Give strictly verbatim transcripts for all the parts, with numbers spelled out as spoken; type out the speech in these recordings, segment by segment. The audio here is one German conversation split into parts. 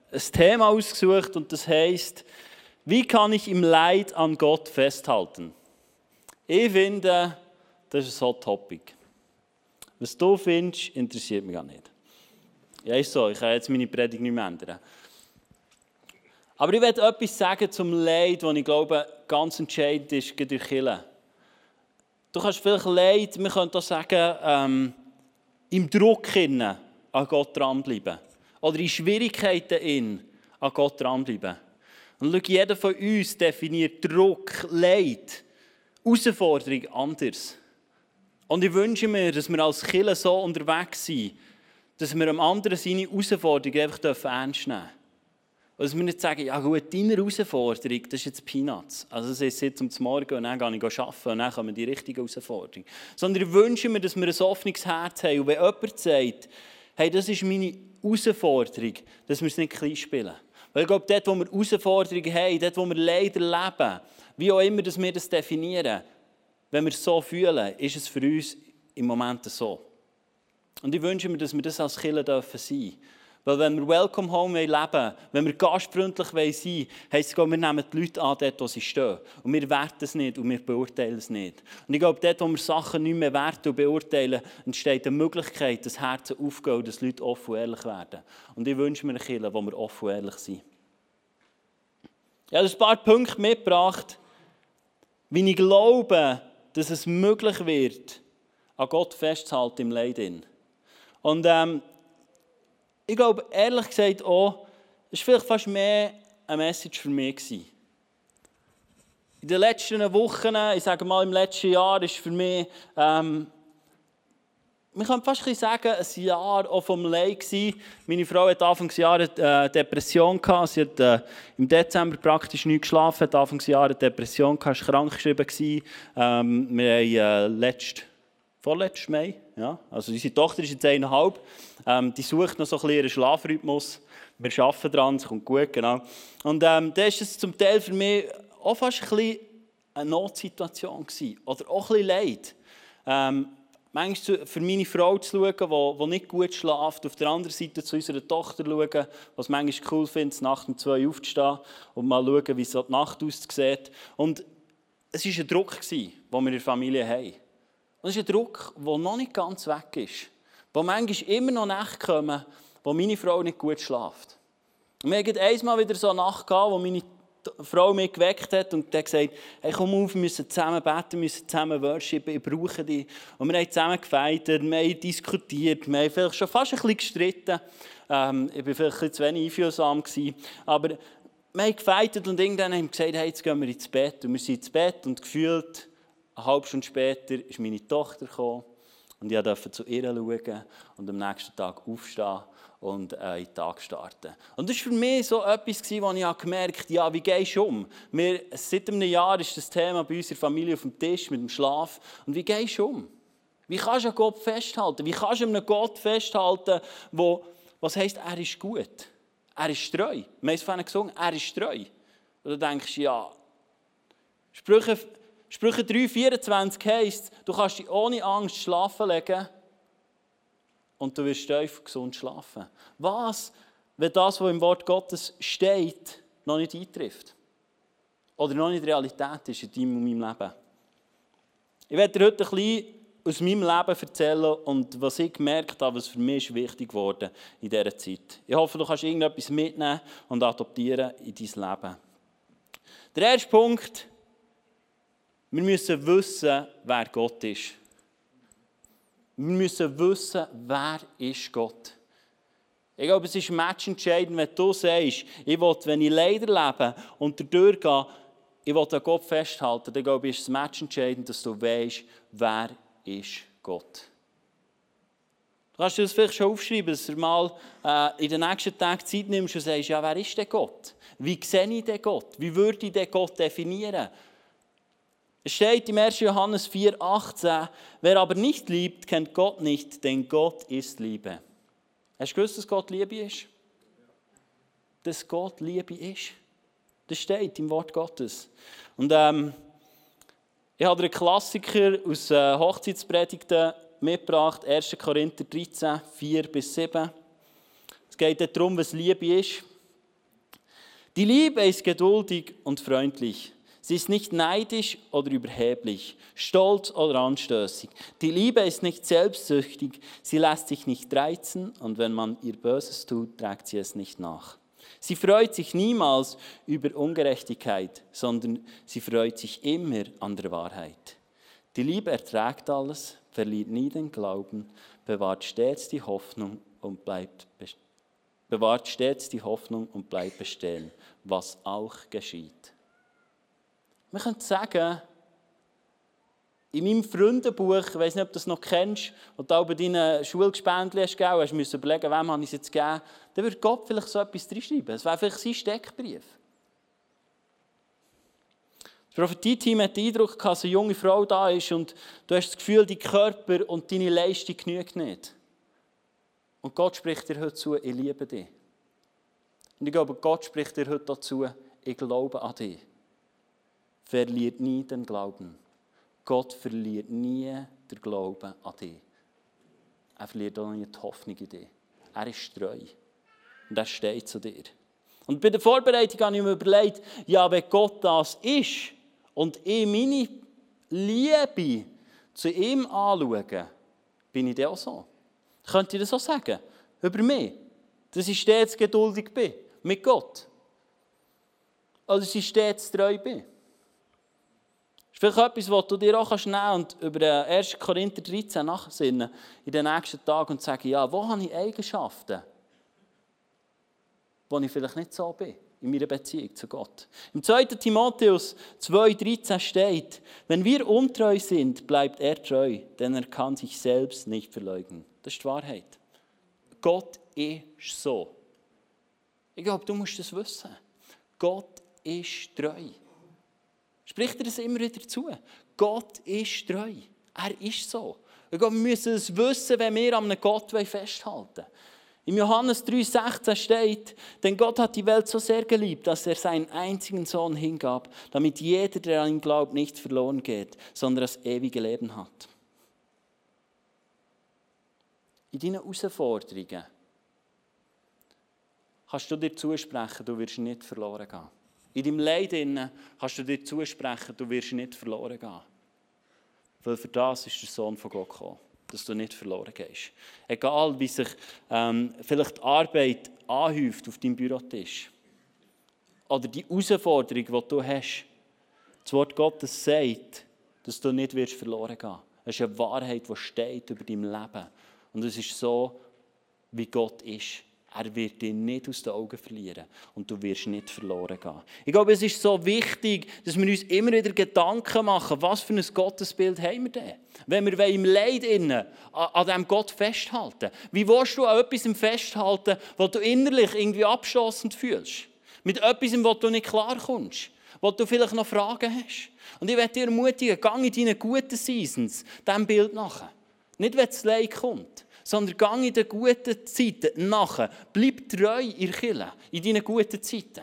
ein Thema ausgesucht und das heisst, wie kann ich im Leid an Gott festhalten? Ich finde, das ist ein Hot Topic. Was du findest, interessiert mich gar nicht. Ja, ist so, ich kann jetzt meine Predigt nicht mehr ändern. Aber ich werde etwas sagen zum Leid, das ich glaube, ganz entscheidend ist, durch Kirche. Du kannst vielleicht Leid, wir können auch sagen, ähm, im Druck hinein an Gott dranbleiben. Oder in Schwierigkeiten in an Gott dranbleiben. Und schau, jeder von uns definiert Druck, Leid, Herausforderung anders. Und ich wünsche mir, dass wir als Kirche so unterwegs sind, dass wir am anderen seine Herausforderung einfach ernst nehmen dürfen. Und dass wir nicht sagen, ja gut, deine Herausforderung, das ist jetzt Peanuts. Also das ist jetzt um zum Morgen und dann gehe ich arbeiten und dann kommen die richtige Herausforderung. Sondern ich wünsche mir, dass wir ein offenes Herz haben. Und wenn jemand sagt, hey, das ist meine Herausforderung, dass wir es nicht klein spielen. Weil ich glaube, dort, wo wir Herausforderungen haben, dort, wo wir Leid erleben, wie auch immer dass wir das definieren, wenn wir es so fühlen, ist es für uns im Moment so. Und ich wünsche mir, dass wir das als Kirche sein dürfen. Weil wenn wir Welcome Home leben wollen, wenn wir gastfreundlich sein wollen, heisst es, wir nehmen die Leute an, dort, wo sie stehen. Und wir werten es nicht und wir beurteilen es nicht. Und ich glaube, dort, wo wir Sachen nicht mehr werten und beurteilen, entsteht eine Möglichkeit, dass Herzen aufgehen und dass Leute offen und ehrlich werden. Und ich wünsche mir eine Kirche, wo wir offen und ehrlich sind. Ich habe ein paar Punkte mitgebracht, wie ich glaube, dass es möglich wird, an Gott festzuhalten im Leid. Und ähm, ich glaube, ehrlich gesagt auch, es war vielleicht fast mehr eine Message für mich gewesen. In den letzten Wochen, ich sage mal im letzten Jahr, ist für mich, ähm, man kann fast ein bisschen sagen, ein Jahr auch vom Leid gewesen. Meine Frau hat Anfangsjahr eine Depression gehabt. Sie hat äh, im Dezember praktisch nicht geschlafen, hat Anfangsjahr eine Depression gehabt, war krankgeschrieben gewesen. Ähm, wir haben äh, letzt, vorletztes Mai, ja, also unsere Tochter ist jetzt eineinhalb. Ähm, die sucht noch so ein bisschen ihren Schlafrhythmus. Wir arbeiten daran, es kommt gut, genau. Und ähm, da war es zum Teil für mich auch fast ein bisschen eine Notsituation gewesen. Oder auch ein bisschen Leid. Ähm, manchmal für meine Frau zu schauen, die nicht gut schläft. Auf der anderen Seite zu unserer Tochter schauen, was manchmal cool findet, nachts um zwei aufzustehen und mal schauen, wie so die Nacht aussieht. Und es war ein Druck, den wir in der Familie haben. Und es ist ein Druck, der noch nicht ganz weg ist. Wo manchmal immer noch Nächte kommen, wo meine Frau nicht gut schläft. Und wir hatten einmal wieder so eine Nacht, wo meine Frau mich geweckt hat und hat gesagt, hey, komm auf, wir müssen zusammen beten, wir müssen zusammen worshipen, ich brauche dich. Und wir haben zusammen gefeitet, wir haben diskutiert, wir haben vielleicht schon fast ein bisschen gestritten. Ähm, ich war vielleicht ein bisschen zu wenig einfühlsam gewesen, aber wir haben gefeitet und irgendwann haben wir gesagt, hey, jetzt gehen wir ins Bett. Und wir sind ins Bett und gefühlt, eine halbe Stunde später ist meine Tochter gekommen. Und ich durfte zu ihr schauen und am nächsten Tag aufstehen und äh, in den Tag starten. Und das war für mich so etwas, wo ich gemerkt habe, ja, wie gehst du um? Wir, seit einem Jahr ist das Thema bei unserer Familie auf dem Tisch mit dem Schlaf. Und wie gehst du um? Wie kannst du an Gott festhalten? Wie kannst du an einem Gott festhalten, wo, was heisst, er ist gut? Er ist treu. Wir haben es vorhin gesungen, er ist treu. Und du denkst, ja, Sprüche... Sprüche drei vierundzwanzig heisst, du kannst dich ohne Angst schlafen legen und du wirst tief gesund schlafen. Was, wenn das, was im Wort Gottes steht, noch nicht eintrifft? Oder noch nicht Realität ist in deinem und meinem Leben? Ich werde dir heute ein bisschen aus meinem Leben erzählen und was ich gemerkt habe, was für mich wichtig wurde in dieser Zeit. Ich hoffe, du kannst irgendetwas mitnehmen und adoptieren in dein Leben. Der erste Punkt: wir müssen wissen, wer Gott ist. Wir müssen wissen, wer ist Gott. Ich glaube, es ist matchentscheidend, wenn du sagst, ich will, wenn ich leider lebe und dadurch gehe, ich will an Gott festhalten, dann glaube ich, ist es matchentscheidend, dass du weißt, wer ist Gott. Du kannst dir das vielleicht schon aufschreiben, dass du mal äh, in den nächsten Tagen Zeit nimmst und sagst, ja, wer ist denn Gott? Wie sehe ich den Gott? Wie würde ich den Gott definieren? Es steht im ersten Johannes vier achtzehn, wer aber nicht liebt, kennt Gott nicht, denn Gott ist Liebe. Hast du gewusst, dass Gott Liebe ist? Dass Gott Liebe ist. Das steht im Wort Gottes. Und ähm, ich habe einen Klassiker aus äh, Hochzeitspredigten mitgebracht, erster Korinther dreizehn, vier bis sieben. Es geht darum, was Liebe ist. Die Liebe ist geduldig und freundlich. Sie ist nicht neidisch oder überheblich, stolz oder anstößig. Die Liebe ist nicht selbstsüchtig, sie lässt sich nicht reizen und wenn man ihr Böses tut, trägt sie es nicht nach. Sie freut sich niemals über Ungerechtigkeit, sondern sie freut sich immer an der Wahrheit. Die Liebe erträgt alles, verliert nie den Glauben, bewahrt stets die Hoffnung und bleibt, bewahrt stets die Hoffnung und bleibt bestehen, was auch geschieht. Man könnte sagen, in meinem Freundenbuch, ich weiss nicht, ob du das noch kennst, und da bei deinen Schulgespendli hast gegeben, hast du musst überlegen, wem habe ich es jetzt gegeben, dann würde Gott vielleicht so etwas reinschreiben. Das wäre vielleicht sein Steckbrief. Das Prophetie-Team hat den Eindruck, dass eine junge Frau da ist und du hast das Gefühl, dein Körper und deine Leistung genügt nicht. Und Gott spricht dir heute zu, ich liebe dich. Und ich glaube, Gott spricht dir heute dazu, ich glaube an dich. Verliert nie den Glauben. Gott verliert nie den Glauben an dich. Er verliert auch nie die Hoffnung in dich. Er ist treu. Und er steht zu dir. Und bei der Vorbereitung habe ich mir überlegt, ja, wenn Gott das ist und ich meine Liebe zu ihm anschaue, bin ich dann auch so. Könnt ihr das so sagen? Über mich? Dass ich stets geduldig bin mit Gott. Oder dass ich stets treu bin. Das ist vielleicht etwas, was du dir auch nehmen kannst und über ersten Korinther dreizehn nachsinnen in den nächsten Tagen und sagen, ja, wo habe ich Eigenschaften, wo ich vielleicht nicht so bin in meiner Beziehung zu Gott. Im zweiten Timotheus zwei dreizehn steht, wenn wir untreu sind, bleibt er treu, denn er kann sich selbst nicht verleugnen. Das ist die Wahrheit. Gott ist so. Ich glaube, du musst das wissen. Gott ist treu. Spricht er das immer wieder zu? Gott ist treu. Er ist so. Ich glaube, wir müssen es wissen, wenn wir an einem Gott festhalten wollen. Im Johannes drei sechzehn steht, denn Gott hat die Welt so sehr geliebt, dass er seinen einzigen Sohn hingab, damit jeder, der an ihn glaubt, nicht verloren geht, sondern das ewige Leben hat. In deinen Herausforderungen kannst du dir zusprechen, du wirst nicht verloren gehen. In deinem Leid kannst du dir zusprechen, du wirst nicht verloren gehen. Weil für das ist der Sohn von Gott gekommen, dass du nicht verloren gehst. Egal, wie sich ähm, vielleicht die Arbeit anhäuft auf deinem Bürotisch. Oder die Herausforderung, die du hast. Das Wort Gottes sagt, dass du nicht wirst verloren gehen. Es ist eine Wahrheit, die steht über dein Leben. Und es ist so, wie Gott ist. Er wird dich nicht aus den Augen verlieren und du wirst nicht verloren gehen. Ich glaube, es ist so wichtig, dass wir uns immer wieder Gedanken machen, was für ein Gottesbild haben wir denn? Wenn wir im Leid innen an, an diesem Gott festhalten. Wie willst du an etwas festhalten, was du innerlich irgendwie abstossend fühlst? Mit etwas, wo du nicht klarkommst, wo du vielleicht noch Fragen hast. Und ich möchte dir ermutigen, geh in deinen guten Seasons diesem Bild nach. Nicht, wenn das Leid kommt. Sondern geh in den guten Zeiten nachher. Bleib treu in der Kirche, in deinen guten Zeiten.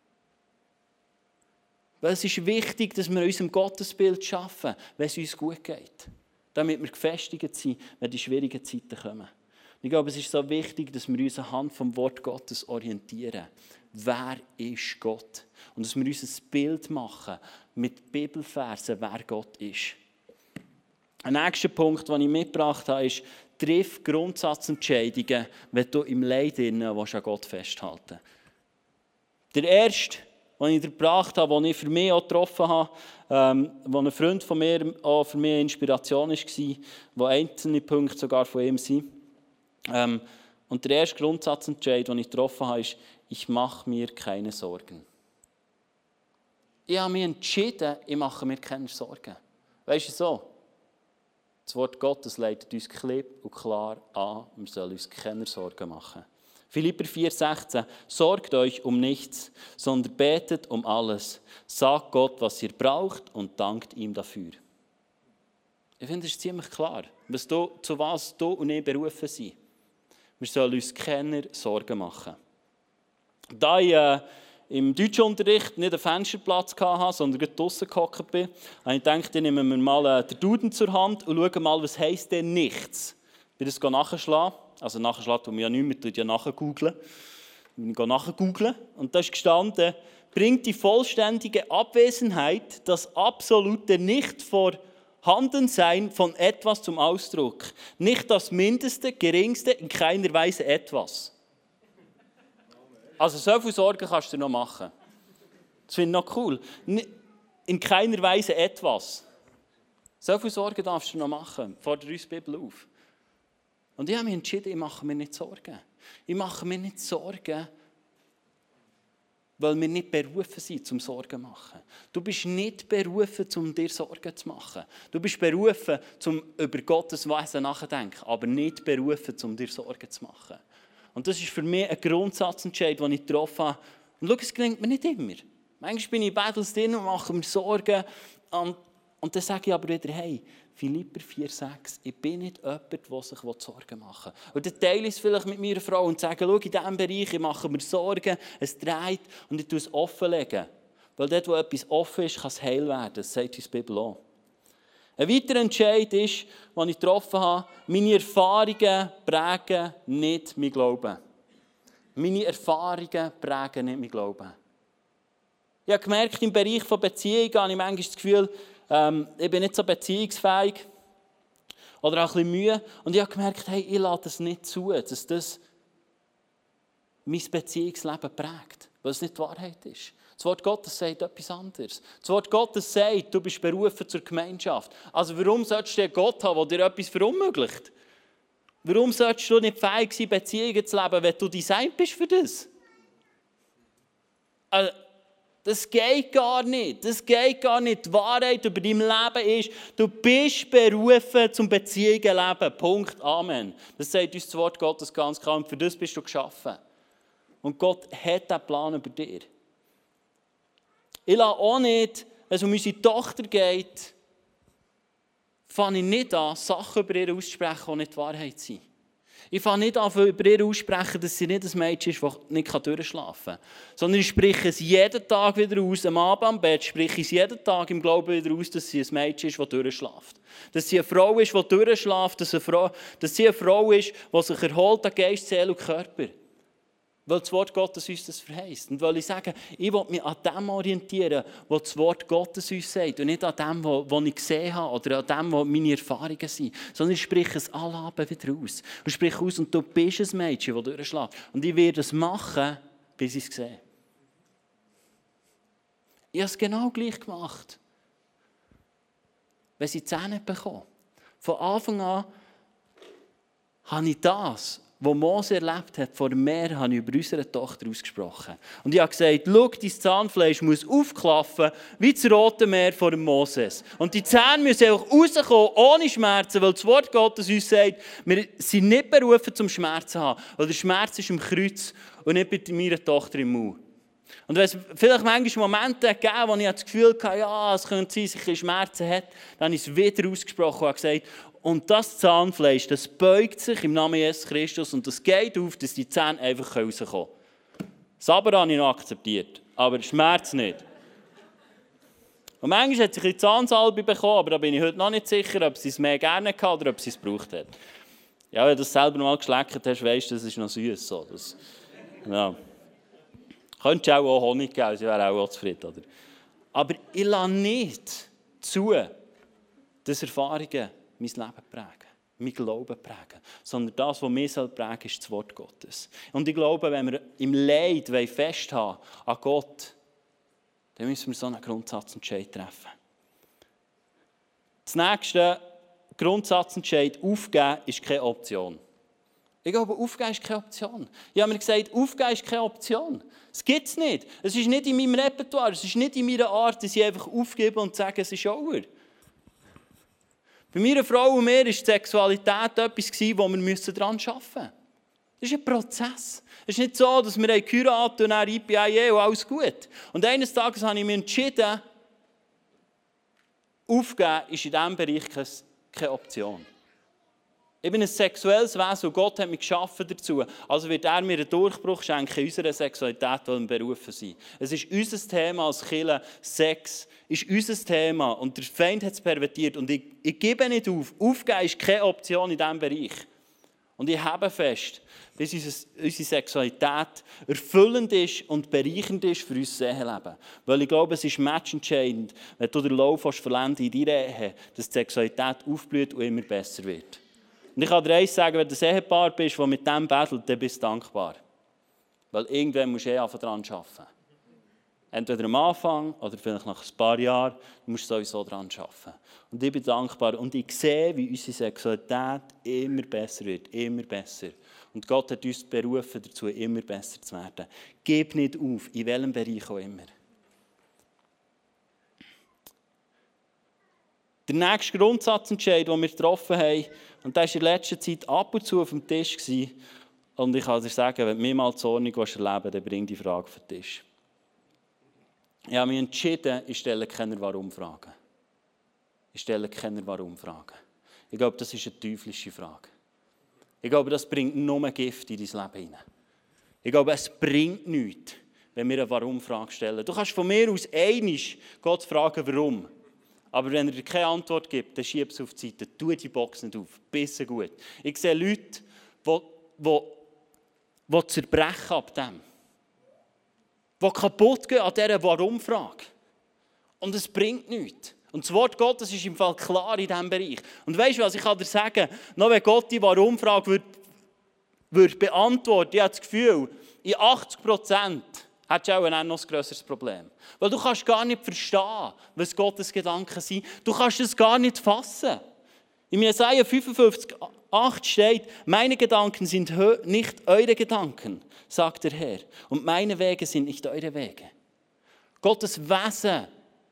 Weil es ist wichtig, dass wir unserem Gottesbild schaffen, wenn es uns gut geht. Damit wir gefestigt sind, wenn die schwierigen Zeiten kommen. Ich glaube, es ist so wichtig, dass wir uns anhand vom Wort Gottes orientieren. Wer ist Gott? Und dass wir uns ein Bild machen mit Bibelversen, wer Gott ist. Ein nächster Punkt, den ich mitgebracht habe, ist, triff Grundsatzentscheidungen, wenn du im Leid an Gott festhalten willst. Der erste, den ich dir gebracht habe, den ich für mich auch getroffen habe, ähm, wo ein Freund von mir auch für mich Inspiration war, wo einzelne Punkte sogar von ihm sind. Ähm, und der erste Grundsatzentscheid, den ich getroffen habe, ist, ich mache mir keine Sorgen. Ich habe mich entschieden, ich mache mir keine Sorgen. Weißt du so? Das Wort Gottes leitet uns klipp und klar an, wir sollen uns keine Sorgen machen. Philipper vier sechzehn, sorgt euch um nichts, sondern betet um alles. Sagt Gott, was ihr braucht und dankt ihm dafür. Ich finde, das ist ziemlich klar, was du, zu was du und ich berufen sind. Wir sollen uns keine Sorgen machen. Da ich äh, im Deutschunterricht nicht einen Fensterplatz hatte, sondern draussen gehockt bin, habe ich gedacht, ich nehme mir mal äh, den Duden zur Hand und schaue mal, was heisst denn nichts. Ich will das nachschlagen. Also nachschlagen tun wir ja nicht, wir tun ja nachgoogeln. Ich gehe nachher googlen und da ist gestanden, bringt die vollständige Abwesenheit, das absolute Nicht-Vorhandensein von etwas zum Ausdruck. Nicht das Mindeste, Geringste, in keiner Weise etwas. Also so viel Sorgen kannst du noch machen. Das finde ich noch cool. In keiner Weise etwas. So viel Sorgen darfst du noch machen. Fordere uns die Bibel auf. Und ich habe mich entschieden, ich mache mir nicht Sorgen. Ich mache mir nicht Sorgen, weil wir nicht berufen sind, zum Sorgen zu machen. Du bist nicht berufen, um dir Sorgen zu machen. Du bist berufen, um über Gottes Wesen nachzudenken, aber nicht berufen, um dir Sorgen zu machen. Und das ist für mich ein Grundsatzentscheid, den ich getroffen habe. Und schau, es gelingt mir nicht immer. Manchmal bin ich in Battles drin und mache mir Sorgen. Und, und dann sage ich aber wieder, hey, Philipper vier sechs, ich bin nicht jemand, der sich Sorgen machen will. Und dann teile ich es vielleicht mit meiner Frau und sage, schau, in diesem Bereich, ich mache mir Sorgen, es dreht und ich tue es offenlegen. Weil dort, wo etwas offen ist, kann es heil werden. Das sagt uns die Bibel auch. Ein weiterer Entscheid ist, den ich getroffen habe, meine Erfahrungen prägen nicht mein Glauben. Meine Erfahrungen prägen nicht mein Glauben. Ich habe gemerkt, im Bereich von Beziehungen habe ich manchmal das Gefühl, ähm, ich bin nicht so beziehungsfähig oder auch ein bisschen Mühe. Und ich habe gemerkt, hey, ich lasse das nicht zu, dass das mein Beziehungsleben prägt, weil es nicht die Wahrheit ist. Das Wort Gottes sagt etwas anderes. Das Wort Gottes sagt, du bist berufen zur Gemeinschaft. Also warum solltest du einen Gott haben, der dir etwas verunmöglicht? Warum solltest du nicht fähig sein, Beziehungen zu leben, wenn du designt bist für das? Also, das geht gar nicht. Das geht gar nicht. Die Wahrheit über dein Leben ist, du bist berufen zum Beziehungen zu leben. Punkt. Amen. Das sagt uns das Wort Gottes ganz klar. Und für das bist du geschaffen. Und Gott hat diesen Plan über dir. Ich lasse auch nicht, wenn es um unsere Tochter geht, fange ich nicht an, Sachen über ihr auszusprechen, die nicht die Wahrheit sind. Ich fange nicht an, über ihr auszusprechen, dass sie nicht ein Mädchen ist, das nicht durchschlafen kann. Sondern ich spreche es jeden Tag wieder aus. Am Abend am Bett spreche ich es jeden Tag im Glauben wieder aus, dass sie ein Mädchen ist, das durchschläft. Dass sie eine Frau ist, die durchschläft. Dass, eine Frau, dass sie eine Frau ist, die sich erholt an Geist, Seele und Körper. Weil das Wort Gottes uns das verheißt. Und weil ich sage, ich will mich an dem orientieren, was das Wort Gottes uns sagt. Und nicht an dem, was ich gesehen habe oder an dem, was meine Erfahrungen sind. Sondern ich spreche es alle Abend wieder aus. Und spreche aus, und du bist ein Mädchen, das durchschlägt. Und ich werde es machen, bis ich es sehe. Ich habe es genau gleich gemacht. Wenn sie die Zähne bekommen. Von Anfang an habe ich das, was Mose erlebt hat, vor dem Meer, habe ich über unsere Tochter ausgesprochen. Und ich habe gesagt, schau, dein Zahnfleisch muss aufklaffen, wie das Rote Meer vor dem Moses. Und die Zähne müssen einfach rauskommen, ohne Schmerzen, weil das Wort Gottes uns sagt, wir sind nicht berufen, zum Schmerzen zu haben. Weil der Schmerz ist im Kreuz und nicht bei meiner Tochter im Mund. Und wenn es vielleicht manchmal Momente gegeben hat, wo ich das Gefühl hatte, ja, es könnte sein, dass ich Schmerzen hat, dann habe ich es wieder ausgesprochen und gesagt, und das Zahnfleisch, das beugt sich im Namen Jesus Christus und das geht auf, dass die Zähne einfach rauskommen können. Das aber habe ich noch akzeptiert, aber Schmerz nicht. Und manchmal hat sie ein Zahnsalbe bekommen, aber da bin ich heute noch nicht sicher, ob sie es mehr gerne hatte oder ob sie es gebraucht hat. Ja, wenn du das selber mal geschleckt hast, weißt du, das ist noch süß. So. Das, ja. Könntest du auch Honig geben, sie wäre auch zufrieden. Oder? Aber ich lasse nicht zu, dass Erfahrungen mein Leben prägen, mein Glauben prägen. Sondern das, was mich prägen soll, ist das Wort Gottes. Und ich glaube, wenn wir im Leid festhalten an Gott, dann müssen wir so einen Grundsatzentscheid treffen. Das nächste Grundsatzentscheid, aufgeben, ist keine Option. Ich glaube, aufgeben ist keine Option. Ich habe mir gesagt, aufgeben ist keine Option. Das gibt es nicht. Es ist nicht in meinem Repertoire, es ist nicht in meiner Art, dass ich einfach aufgebe und sage, es ist over. Bei meiner Frau und mir war die Sexualität etwas, wo wir daran arbeiten müssen. Das ist ein Prozess. Es ist nicht so, dass wir geheiratet und dann I P I A und alles gut. Und eines Tages habe ich mich entschieden, aufgeben ist in diesem Bereich keine Option. Ich bin ein sexuelles Wesen und Gott hat mich geschaffen dazu. Also wird er mir einen Durchbruch schenken in unserer Sexualität, weil wir berufen sind. Es ist unser Thema als Kirche, Sex ist unser Thema und der Feind hat es pervertiert und ich, ich gebe nicht auf. Aufgeben ist keine Option in diesem Bereich. Und ich habe fest, bis unsere Sexualität erfüllend ist und bereichernd ist für unser Eheleben. Weil ich glaube, es ist matchentscheidend, wenn du den Lauf verlängerst in deiner Ehe, dass die Sexualität aufblüht und immer besser wird. Und ich kann dir eins sagen, wenn du ein Ehepaar bist, das mit dem bettelt, dann bist du dankbar. Weil irgendwann musst du eh anfangen daran arbeiten. Entweder am Anfang oder vielleicht nach ein paar Jahren, musst du sowieso daran arbeiten. Und ich bin dankbar und ich sehe, wie unsere Sexualität immer besser wird, immer besser. Und Gott hat uns berufen dazu, immer besser zu werden. Gib nicht auf, in welchem Bereich auch immer. Der nächste Grundsatzentscheid, den wir getroffen haben, und der war in letzter Zeit ab und zu auf dem Tisch, und ich kann dir sagen, wenn du mir mal die Ordnung erleben willst, dann bring die Frage auf den Tisch. Ich habe mich entschieden, ich stelle keine Warum-Fragen. Ich stelle keine Warum-Fragen. Ich glaube, das ist eine teuflische Frage. Ich glaube, das bringt nur Gift in dein Leben hinein. Ich glaube, es bringt nichts, wenn wir eine Warum-Frage stellen. Du kannst von mir aus einmal Gott fragen, warum. Aber wenn er dir keine Antwort gibt, dann schieb es auf die Seite. Tu die Box nicht auf. Bisschen gut. Ich sehe Leute, die, die, die zerbrechen ab dem. Die kaputt gehen an dieser Warum-Frage. Und es bringt nichts. Und das Wort Gottes ist im Fall klar in diesem Bereich. Und weißt du was, ich kann dir sagen, noch wenn Gott die Warum-Frage würde, würde beantworten, ich habe das Gefühl, in achtzig Prozent hättest du auch noch ein grösseres Problem. Weil du kannst gar nicht verstehen, was Gottes Gedanken sind. Du kannst es gar nicht fassen. In Jesaja fünfundfünfzig, acht steht, meine Gedanken sind nicht eure Gedanken, sagt der Herr. Und meine Wege sind nicht eure Wege. Gottes Wesen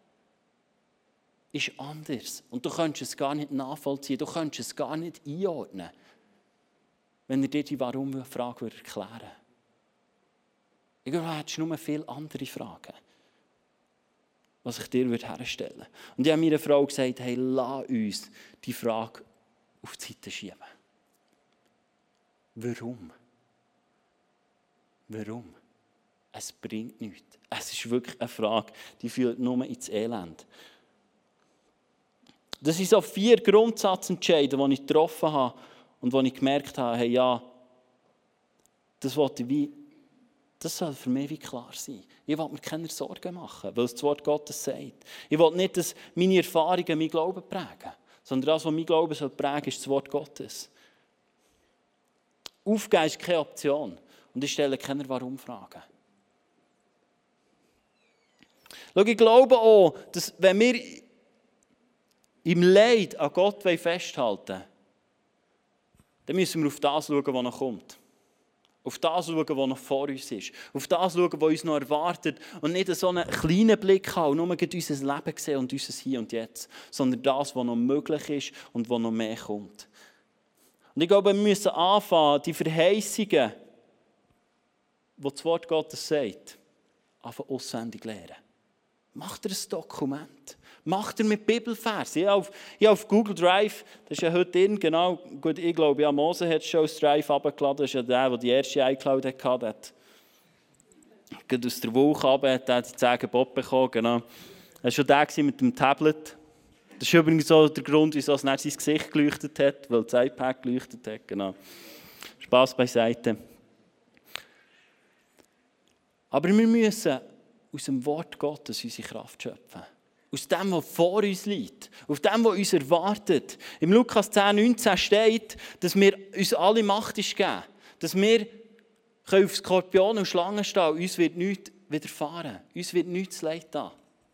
ist anders. Und du kannst es gar nicht nachvollziehen, du kannst es gar nicht einordnen, wenn er dir die Warum-Frage erklären würde. Ich glaube, du hättest nur viele andere Fragen, was ich dir herstellen würde. Und ich habe meiner Frau gesagt, hey, lass uns die Frage auf die Seite schieben. Warum? Warum? Es bringt nichts. Es ist wirklich eine Frage, die führt nur ins Elend. Das sind so vier Grundsatzentscheide, die ich getroffen habe und wo ich gemerkt habe, hey, ja, das wollte ich wie, das soll für mich wie klar sein. Ich will mir keine Sorgen machen, weil es das Wort Gottes sagt. Ich will nicht, dass meine Erfahrungen mein Glauben prägen, sondern das, was mein Glauben soll prägen, ist das Wort Gottes. Aufgeben ist keine Option und ich stelle keine Warum-Fragen. Schau, ich glaube auch, dass wenn wir im Leid an Gott festhalten wollen, dann müssen wir auf das schauen, was noch kommt. Auf das schauen, was noch vor uns ist. Auf das schauen, was uns noch erwartet. Und nicht so einen kleinen Blick haben, nur unser Leben sehen und unser Hier und Jetzt. Sondern das, was noch möglich ist und was noch mehr kommt. Und ich glaube, wir müssen anfangen, die Verheißungen, die das Wort Gottes sagt, anfangen auswendig lernen. Macht ihr ein Dokument. Macht ihr mit Bibelversen. Ich habe auf, ich habe auf Google Drive, das ist ja heute drin, genau, gut, ich glaube, ja, Mose hat schon das Drive runtergeladen, das ist ja der, der die erste iCloud hatte, der hat aus der Wolke runter, der hat die zehn Gebote bekommen, genau. Das war schon der mit dem Tablet. Das ist übrigens so der Grund, wieso es nicht sein Gesicht geleuchtet hat, weil das iPad geleuchtet hat, genau. Spass beiseite. Aber wir müssen aus dem Wort Gottes unsere Kraft schöpfen. Aus dem, was vor uns liegt. Auf dem, was uns erwartet. Im Lukas zehn, neunzehn steht, dass wir uns alle Macht ist gegeben. Dass wir auf Skorpionen und Schlangen stehen. Uns wird nichts widerfahren. Uns wird nichts leid tun.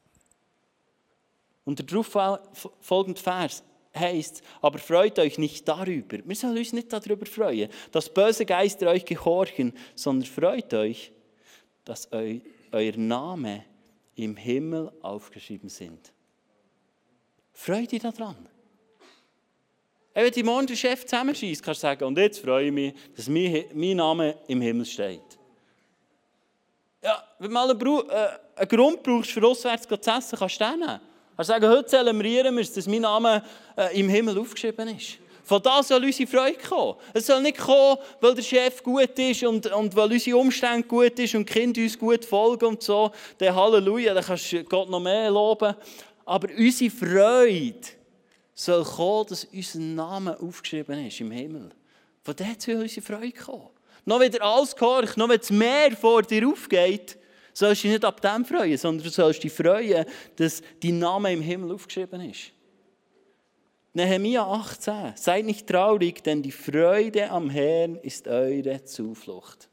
Und der darauf folgende Vers heisst, aber freut euch nicht darüber. Wir sollen uns nicht darüber freuen, dass böse Geister euch gehorchen, sondern freut euch, dass eu, euer Name im Himmel aufgeschrieben sind. Freut dich daran. Wenn du morgen den Chef zusammenschießt, kannst du sagen, und jetzt freue ich mich, dass mein, mein Name im Himmel steht. Ja, wenn du mal einen, Bru- äh, einen Grund brauchst, für auswärts zu essen, kannst du den nehmen. Kannst du sagen, heute zelebrieren wir, dass mein Name äh, im Himmel aufgeschrieben ist. Von da soll unsere Freude kommen. Es soll nicht kommen, weil der Chef gut ist und, und weil unsere Umstände gut ist und die Kinder uns gut folgen und so. Dann Halleluja, dann kannst du Gott noch mehr loben. Aber unsere Freude soll kommen, dass unser Name aufgeschrieben ist im Himmel. Von dort soll unsere Freude kommen. Noch wieder alles gehorcht, noch wenn das Meer vor dir aufgeht, sollst du dich nicht ab dem freuen, sondern du sollst dich freuen, dass dein Name im Himmel aufgeschrieben ist. Nehemia achtzehn. Seid nicht traurig, denn die Freude am Herrn ist eure Zuflucht.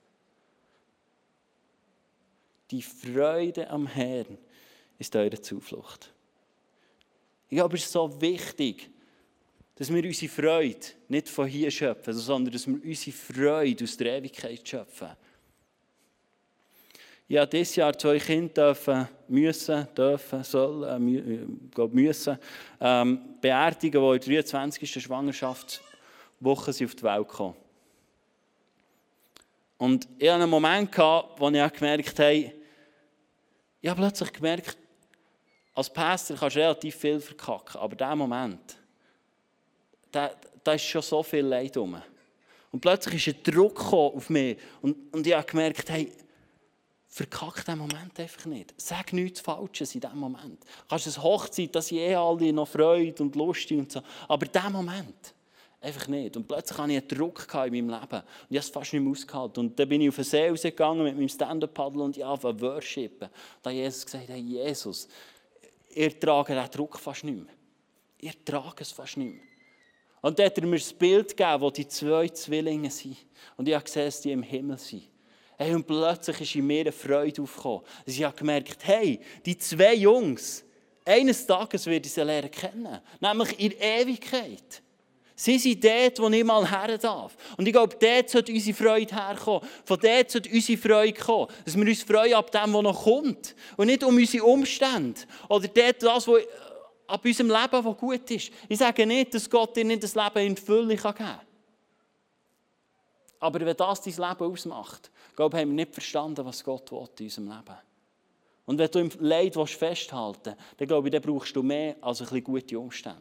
Die Freude am Herrn ist eure Zuflucht. Ich glaube, es ist so wichtig, dass wir unsere Freude nicht von hier schöpfen, sondern dass wir unsere Freude aus der Ewigkeit schöpfen. Ich durfte dieses Jahr zwei Kinder dürfen, müssen, dürfen, sollen, äh, müssen, ähm, beerdigen, die in der dreiundzwanzigsten Schwangerschaftswoche auf die Welt kamen. Und ich hatte einen Moment, wo ich gemerkt habe, ich habe plötzlich gemerkt, als Pastor kannst du relativ viel verkacken, aber dieser Moment, da, da ist schon so viel Leid rum. Und plötzlich ist ein Druck auf mich und, und ich habe gemerkt, hey, verkack diesen Moment einfach nicht. Sag nichts Falsches in diesem Moment. Du kannst eine Hochzeit, dass sie eh alle noch Freude und lustig und so, aber diesen Moment einfach nicht. Und plötzlich hatte ich einen Druck in meinem Leben und ich habe es fast nicht mehr ausgehalten. Und dann bin ich auf den See rausgegangen mit meinem Stand-Up-Paddle und ich habe worshipen. Da hat Jesus gesagt, hey Jesus, ihr tragt diesen Druck fast nicht mehr. Ihr tragt es fast nicht mehr. Und dann hat er mir das Bild gegeben, wo die zwei Zwillinge sind. Und ich habe gesehen, dass die im Himmel sind. Hey, und plötzlich ist in mir eine Freude aufgekommen. Ich habe gemerkt, hey, die zwei Jungs, eines Tages werde ich sie lernen kennen. Nämlich in Ewigkeit. Sie sind dort, wo ich mal her darf. Und ich glaube, dort sollte unsere Freude herkommen. Von dort sollte unsere Freude kommen. Dass wir uns freuen ab dem, was noch kommt. Und nicht um unsere Umstände. Oder dort das, was ab unserem Leben, was gut ist. Ich sage nicht, dass Gott dir nicht das Leben in Fülle geben kann. Aber wenn das dein Leben ausmacht, glaube ich, haben wir nicht verstanden, was Gott will in unserem Leben. Und wenn du im Leid festhalten willst, dann glaube ich, dann brauchst du mehr als ein bisschen gute Umstände.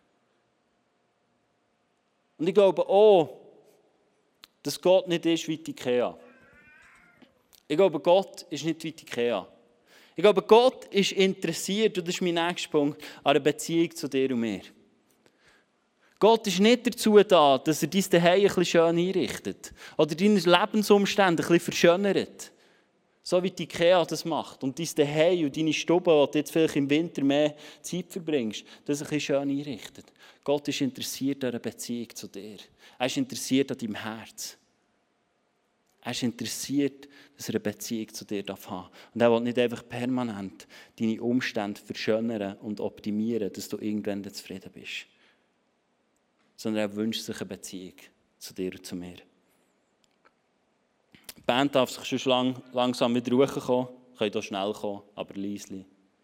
Und ich glaube auch, dass Gott nicht ist wie die Ikea. Ich glaube, Gott ist nicht wie die Ikea. Ich glaube, Gott ist interessiert, und das ist mein nächster Punkt, an einer Beziehung zu dir und mir. Gott ist nicht dazu da, dass er dein Zuhause ein bisschen schön einrichtet oder deine Lebensumstände ein bisschen verschönert. So wie die Ikea das macht. Und dein Zuhause und deine Stube, wo du jetzt vielleicht im Winter mehr Zeit verbringst, das ein bisschen schön einrichtet. Gott ist interessiert an einer Beziehung zu dir. Er ist interessiert an deinem Herz. Er ist interessiert, dass er eine Beziehung zu dir haben darf. Und er will nicht einfach permanent deine Umstände verschönern und optimieren, dass du irgendwann zufrieden bist. Sondern er wünscht sich eine Beziehung zu dir und zu mir. Die Band darf sich schon lang, langsam wieder hochkommen. Können hier schnell kommen, aber leise.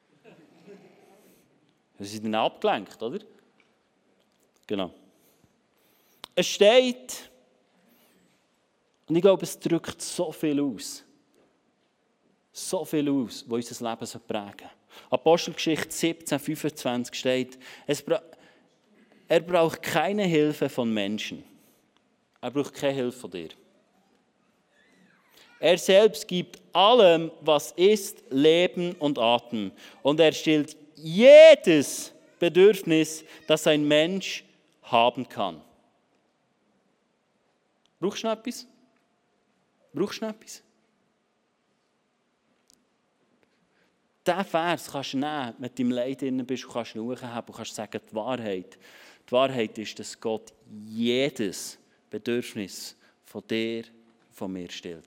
Sie sind dann abgelenkt, oder? Genau. Es steht, und ich glaube, es drückt so viel aus. So viel aus, was unser Leben prägen soll. Apostelgeschichte siebzehn fünfundzwanzig steht, es bra- er braucht keine Hilfe von Menschen. Er braucht keine Hilfe von dir. Er selbst gibt allem, was ist, Leben und Atem. Und er stillt jedes Bedürfnis, das ein Mensch haben kann. Brauchst du noch etwas? Brauchst du noch etwas? Diesen Vers kannst du nehmen, wenn du im Leid drin bist, und kannst du hochheben und kannst sagen, die Wahrheit. Die Wahrheit ist, dass Gott jedes Bedürfnis von dir und von mir stillt.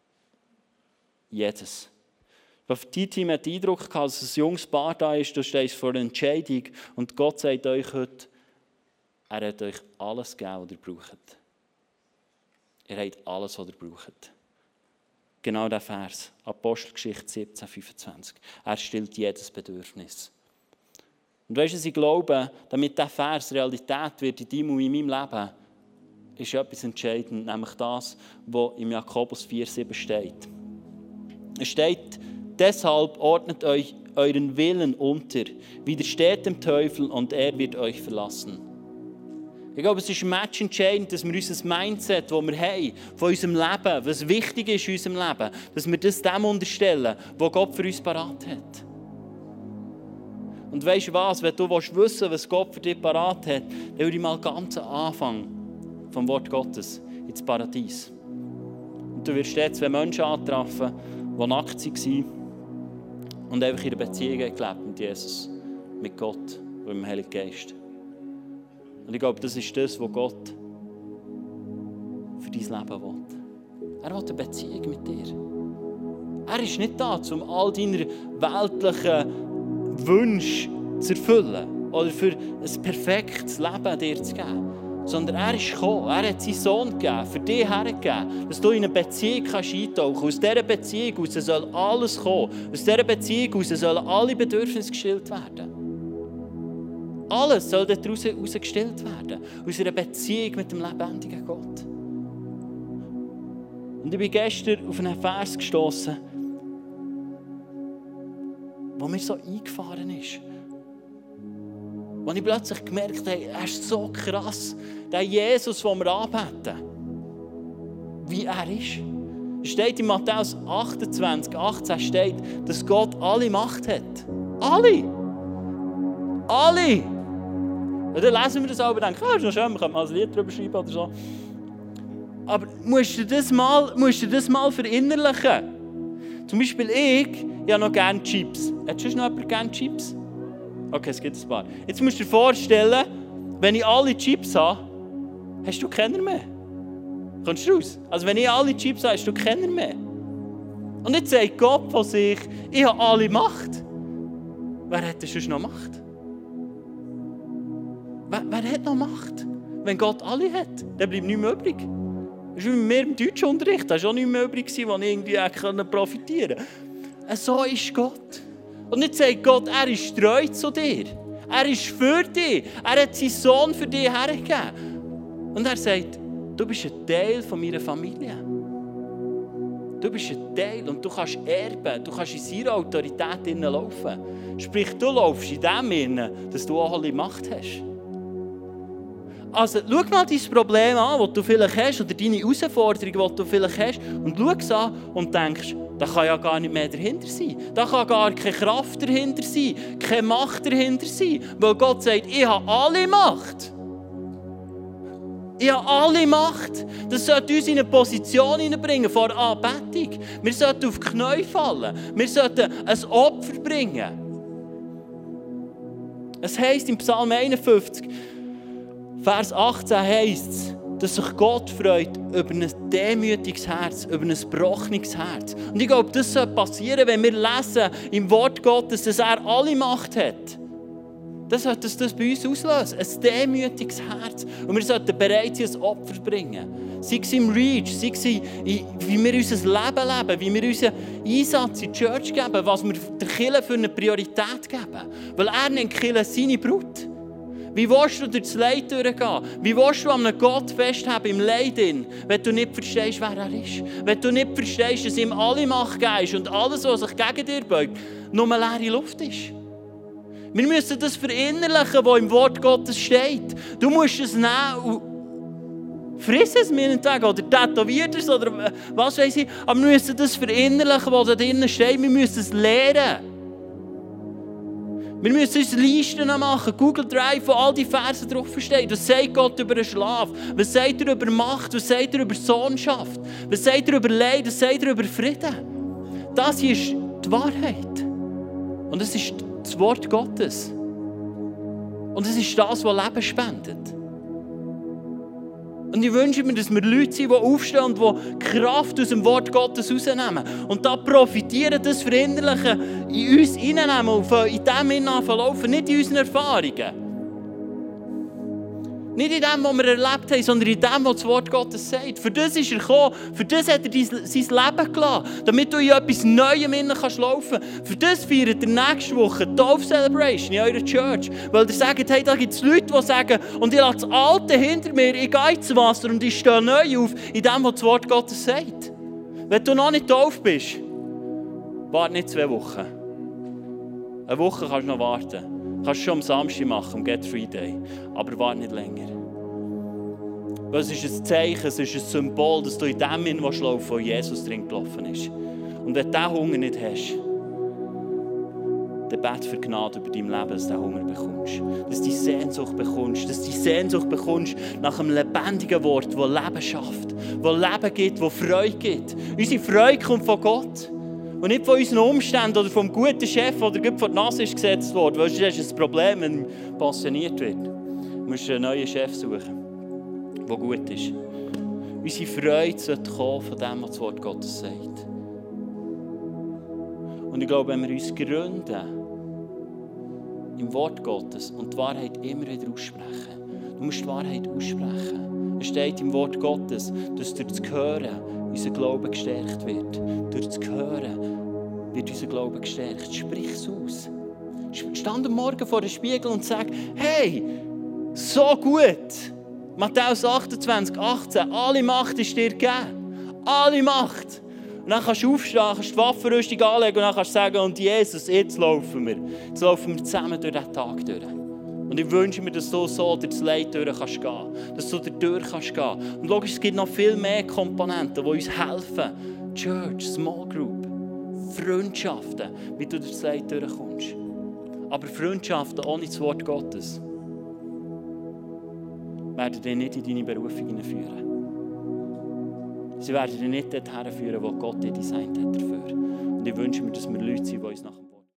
Jedes. Auf dein Team hat den Eindruck gehabt, dass ein junges Paar da ist, du stehst vor einer Entscheidung und Gott sagt euch heute, er hat euch alles gegeben, was ihr braucht. Ihr habt alles, was ihr braucht. Genau der Vers, Apostelgeschichte siebzehn fünfundzwanzig. Er stillt jedes Bedürfnis. Und weißt du, was ich glaube, damit dieser Vers Realität wird in deinem und in meinem Leben, ist etwas entscheidend, nämlich das, was im Jakobus vier sieben steht. Es steht, deshalb ordnet euch euren Willen unter, widersteht dem Teufel und er wird euch verlassen. Ich glaube, es ist matchentscheidend, dass wir unser Mindset, das wir haben, von unserem Leben, was wichtig ist in unserem Leben, dass wir das dem unterstellen, was Gott für uns parat hat. Und weisst du was, wenn du wissen willst, was Gott für dich parat hat, dann würde ich mal ganz am Anfang vom Wort Gottes ins Paradies. Und du wirst dort zwei Menschen antreffen, die nackt waren und einfach ihre Beziehung gelebt mit Jesus, mit Gott und mit dem Heiligen Geist. Und ich glaube, das ist das, was Gott für dein Leben will. Er will eine Beziehung mit dir. Er ist nicht da, um all deine weltlichen Wünsche zu erfüllen oder für ein perfektes Leben dir zu geben. Sondern er ist gekommen, er hat seinen Sohn gegeben, für dich hergegeben, dass du in eine Beziehung eintauchen kannst. Aus dieser Beziehung heraus soll alles kommen. Aus dieser Beziehung heraus sollen alle Bedürfnisse gestillt werden. Alles soll daraus gestillt werden. Aus einer Beziehung mit dem lebendigen Gott. Und ich bin gestern auf einen Vers gestossen, der mir so eingefahren ist. Wo ich plötzlich gemerkt habe, er ist so krass, der Jesus, den wir anbeten, wie er ist. Es steht in Matthäus achtundzwanzig, achtzehn steht, dass Gott alle Macht hat. Alle! Alle! Und dann lesen wir das auch und denken, ah, ist noch schön, man könnte mal ein Lied darüber schreiben oder so. Aber musst du das mal, musst du das mal verinnerlichen? Zum Beispiel ich, ich habe noch gerne Chips. Hat schon noch jemand gerne Chips? Okay, es gibt ein paar. Jetzt musst du dir vorstellen, wenn ich alle Chips habe, hast du keiner mehr. Kommst du raus? Also wenn ich alle Chips habe, hast du keiner mehr. Und jetzt sagt Gott von sich, ich habe alle Macht. Wer hat denn sonst noch Macht? Wer, wer hat noch Macht? Wenn Gott alle hat, dann bleibt nichts mehr übrig. Das ist wie mit mir im Deutschunterricht. Da war auch nichts mehr übrig, wo ich irgendwie profitieren konnte. So ist Gott. Und jetzt sagt Gott, er ist treu zu dir. Er ist für dich. Er hat seinen Sohn für dich hergegeben. Und er sagt, du bist ein Teil von meiner Familie. Du bist ein Teil und du kannst erben. Du kannst in seiner Autorität laufen. Sprich, du laufst in dem hinein, dass du auch alle Macht hast. Also, schau mal dein Problem an, das du vielleicht hast, oder deine Herausforderung, die du vielleicht hast, und schau es an und denkst, da kann ja gar nicht mehr dahinter sein. Da kann gar keine Kraft dahinter sein, keine Macht dahinter sein. Weil Gott sagt, ich habe alle Macht. Ich habe alle Macht. Das sollte uns in eine Position hineinbringen vor Anbetung. Wir sollten auf die Knie fallen. Wir sollten ein Opfer bringen. Es heisst im Psalm einundfünfzig, Vers achtzehn heisst es, dass sich Gott freut über ein demütiges Herz, über ein gebrochenes Herz. Und ich glaube, das soll passieren, wenn wir lesen im Wort Gottes, dass er alle Macht hat. Dann sollte das, das bei uns auslösen. Ein demütiges Herz. Und wir sollten bereit sein, ein Opfer zu bringen. Sei es im Reach, sei es in, wie wir unser Leben leben, wie wir unseren Einsatz in die Church geben, was wir der Kirche für eine Priorität geben. Weil er nennt die Kirche seine Brut. Wie willst du durch das Leid durchgehen? Wie willst du an einem Gott festhalten im Leid, wenn du nicht verstehst, wer er ist? Wenn du nicht verstehst, dass ihm alle Macht gegeben und alles, was sich gegen dir beugt, nur leere Luft ist. Wir müssen das verinnerlichen, was im Wort Gottes steht. Du musst es nehmen und friss es meinetwegen oder tätowiert es oder was weiß ich. Aber wir müssen das verinnerlichen, was da drinnen steht. Wir müssen es lernen. Wir müssen uns Listen machen, Google Drive, wo all die Verse drauf stehen. Was sagt Gott über den Schlaf? Was sagt er über Macht? Was sagt er über Sohnschaft? Was sagt er über Leid? Was sagt er über Frieden? Das hier ist die Wahrheit. Und es ist das Wort Gottes. Und es ist das, was Leben spendet. Und ich wünsche mir, dass wir Leute sind, die aufstehen und die Kraft aus dem Wort Gottes rausnehmen. Und da profitieren, das verinnerlichen, in uns hineinnehmen und in dem hinein verlaufen, nicht in unseren Erfahrungen. Nicht in dem, was wir erlebt haben, sondern in dem, was das Wort Gottes sagt. Für das ist er gekommen, für das hat er sein Leben gelassen, damit du in etwas Neuem hinein kannst laufen. Für das feiert ihr nächste Woche die Taufe-Celebration in eurer Church. Weil ihr sagt, hey, da gibt es Leute, die sagen, und ich lasse das Alte hinter mir, ich gehe ins Wasser und ich stehe neu auf, in dem, was das Wort Gottes sagt. Wenn du noch nicht getauft bist, warte nicht zwei Wochen. Eine Woche kannst du noch warten. Kannst du schon am Samstag machen, am Get Free Day. Aber warte nicht länger. Weil es ist ein Zeichen, es ist ein Symbol, dass du in dem Hin laufen, wo Jesus drin gelaufen ist. Und wenn du diesen Hunger nicht hast, dann bete für Gnade über dein Leben, dass du den Hunger bekommst. Dass du die Sehnsucht bekommst. Dass du die Sehnsucht bekommst nach einem lebendigen Wort, das Leben schafft. Das Leben gibt, das Freude gibt. Unsere Freude kommt von Gott. Und nicht von unseren Umständen oder vom guten Chef, der dir vor die Nase ist gesetzt wurde. Weil das ist ein Problem, wenn man pensioniert wird. Du musst einen neuen Chef suchen, der gut ist. Unsere Freude sollte kommen von dem, was das Wort Gottes sagt. Und ich glaube, wenn wir uns gründen im Wort Gottes und die Wahrheit immer wieder aussprechen. Du musst die Wahrheit aussprechen. Es steht im Wort Gottes, dass durch das Hören unser Glaube gestärkt wird. Durch das Hören wird unser Glaube gestärkt. Sprich es aus. Stand am Morgen vor dem Spiegel und sag, hey, so gut. Matthäus achtundzwanzig, achtzehn, alle Macht ist dir gegeben. Alle Macht. Und dann kannst du aufstehen, kannst die Waffenrüstung anlegen und dann kannst du sagen, und Jesus, jetzt laufen wir. Jetzt laufen wir zusammen durch diesen Tag durch. Und ich wünsche mir, dass du so durch das Leid durch kannst gehen. Dass du durch kannst gehen. Und logisch, es gibt noch viel mehr Komponenten, die uns helfen. Church, Small Group, Freundschaften, wie du durch das Leid durchkommst. Aber Freundschaften ohne das Wort Gottes werden dich nicht in deine Berufung hineinführen. Sie werden dich nicht dorthin führen, wo Gott dich designt hat dafür. Und ich wünsche mir, dass wir Leute sind, die uns nach dem